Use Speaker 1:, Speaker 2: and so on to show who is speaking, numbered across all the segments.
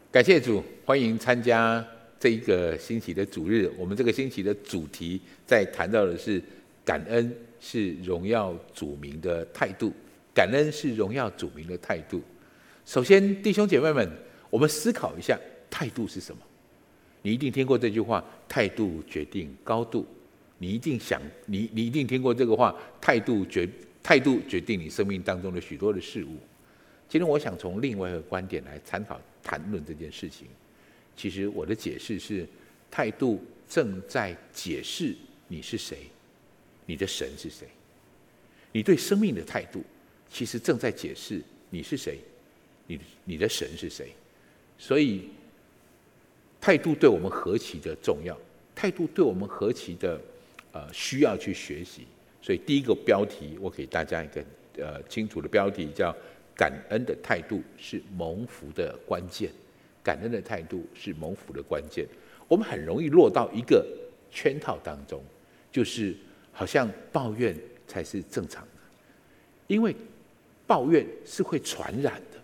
Speaker 1: 感谢主，欢迎参加这一个星期的主日。我们这个星期的主题在谈到的是感恩是荣耀主名的态度。感恩是荣耀主名的态度。首先，弟兄姐妹们，我们思考一下，态度是什么？你一定听过这句话：态度决定高度。你一定听过这个话：态度决定你生命当中的许多的事物。今天我想从另外一个观点来谈论这件事情。其实我的解释是，态度正在解释你是谁，你的神是谁。你对生命的态度，其实正在解释你是谁，你的神是谁。所以，态度对我们何其的重要，态度对我们何其的需要去学习。所以第一个标题，我给大家一个清楚的标题，叫感恩的态度是蒙福的关键。感恩的态度是蒙福的关键。我们很容易落到一个圈套当中，就是好像抱怨才是正常的，因为抱怨是会传染的。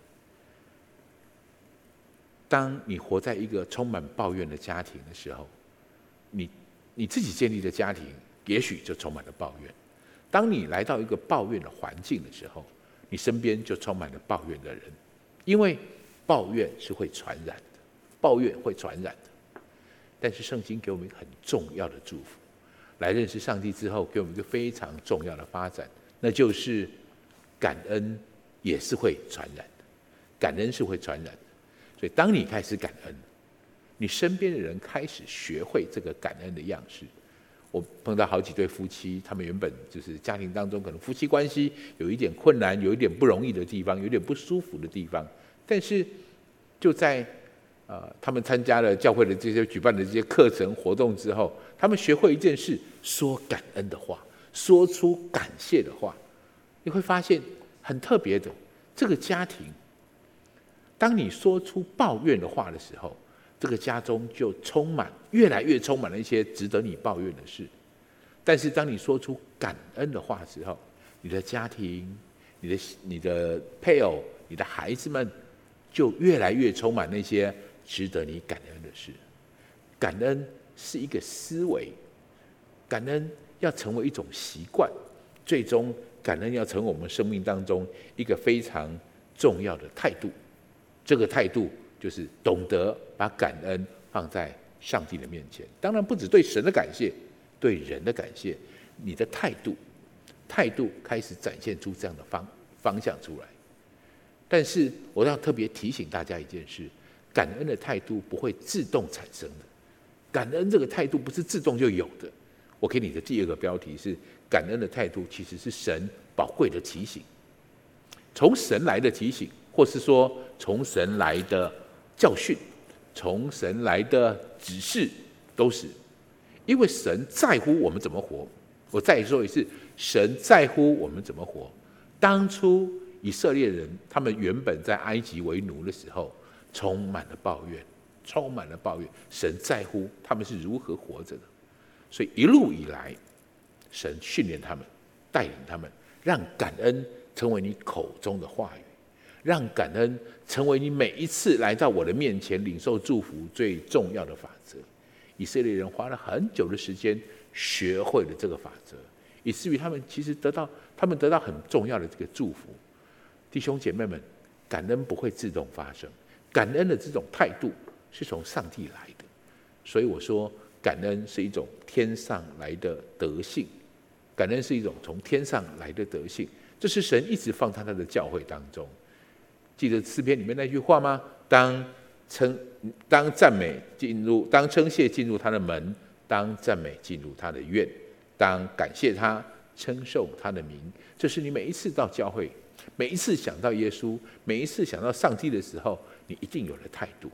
Speaker 1: 当你活在一个充满抱怨的家庭的时候，你自己建立的家庭也许就充满了抱怨。当你来到一个抱怨的环境的时候，你身边就充满了抱怨的人，因为抱怨是会传染的，抱怨会传染的。但是圣经给我们一个很重要的祝福，来认识上帝之后，给我们一个非常重要的发展，那就是感恩也是会传染的，感恩是会传染的。所以当你开始感恩，你身边的人开始学会这个感恩的样式。我碰到好几对夫妻，他们原本就是家庭当中可能夫妻关系有一点困难，有一点不容易的地方，有一点不舒服的地方，但是就在他们参加了教会的这些举办的这些课程活动之后，他们学会一件事：说感恩的话，说出感谢的话。你会发现很特别的，这个家庭，当你说出抱怨的话的时候，这个家中就越来越充满了一些值得你抱怨的事。但是当你说出感恩的话的时候，你的家庭、你的配偶、你的孩子们，就越来越充满那些值得你感恩的事。感恩是一个思维，感恩要成为一种习惯，最终感恩要成为我们生命当中一个非常重要的态度。这个态度就是懂得把感恩放在上帝的面前。当然不只对神的感谢，对人的感谢。你的态度开始展现出这样的方向出来。但是我要特别提醒大家一件事：感恩的态度不会自动产生的，感恩这个态度不是自动就有的。我给你的第二个标题是：感恩的态度其实是神宝贵的提醒，从神来的提醒，或是说从神来的教训，从神来的指示，都是因为神在乎我们怎么活。我再说一次，神在乎我们怎么活。当初以色列人他们原本在埃及为奴的时候，充满了抱怨。神在乎他们是如何活着的。所以一路以来，神训练他们，带领他们，让感恩成为你口中的话语，让感恩成为你每一次来到我的面前领受祝福最重要的法则。以色列人花了很久的时间学会了这个法则，以至于他们其实得到很重要的这个祝福。弟兄姐妹们，感恩不会自动发生，感恩的这种态度是从上帝来的。所以我说，感恩是一种天上来的德性，感恩是一种从天上来的德性，这是神一直放在他的教会当中。记得诗篇里面那句话吗？当赞美进入，当称谢进入他的门，当赞美进入他的院，当感谢他，称颂他的名。这是你每一次到教会，每一次想到耶稣，每一次想到上帝的时候，你一定有了态度。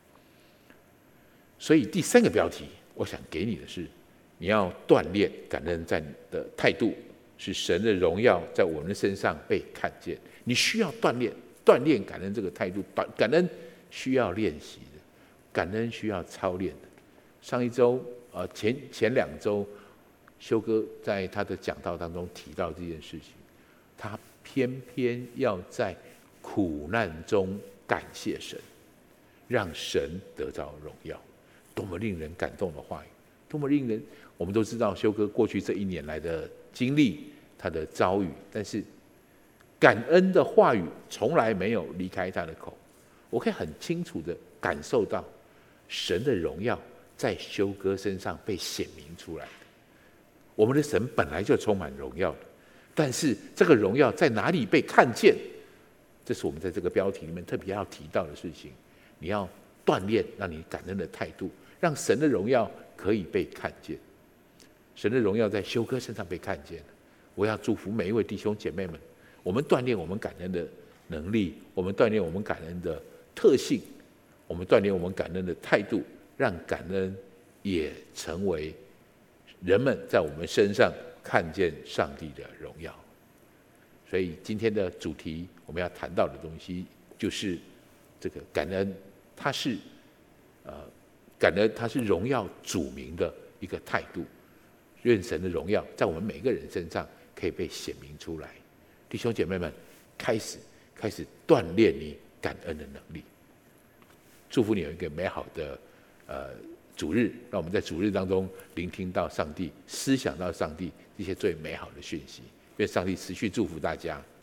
Speaker 1: 所以第三个标题我想给你的是，你要锻炼感恩在你的态度，使神的荣耀在我们身上被看见。你需要锻炼感恩这个态度。感恩需要练习的，感恩需要操练的。上一周前2周，修哥在他的讲道当中提到这件事情，他偏偏要在苦难中感谢神。 让神得着荣耀。多么令人感动的话语，多么令人，我们都知道修哥过去这1年来的经历，他的遭遇，但是感恩的话语从来没有离开他的口。我可以很清楚的感受到神的荣耀在修哥身上被显明出来的。我们的神本来就充满荣耀的，但是这个荣耀在哪里被看见，这是我们在这个标题里面特别要提到的事情。你要锻炼让你感恩的态度，让神的荣耀可以被看见。神的荣耀在修哥身上被看见了。我要祝福每一位弟兄姐妹们，我们锻炼我们感恩的能力，我们锻炼我们感恩的特性，我们锻炼我们感恩的态度，让感恩也成为人们在我们身上看见上帝的荣耀。所以今天的主题我们要谈到的东西就是这个感恩，它是感恩，它是荣耀主名的一个态度。愿神的荣耀在我们每个人身上可以被显明出来。弟兄姐妹们，开始锻炼你感恩的能力。祝福你有一个美好的主日，让我们在主日当中聆听到上帝，思想到上帝这些最美好的讯息。愿上帝持续祝福大家。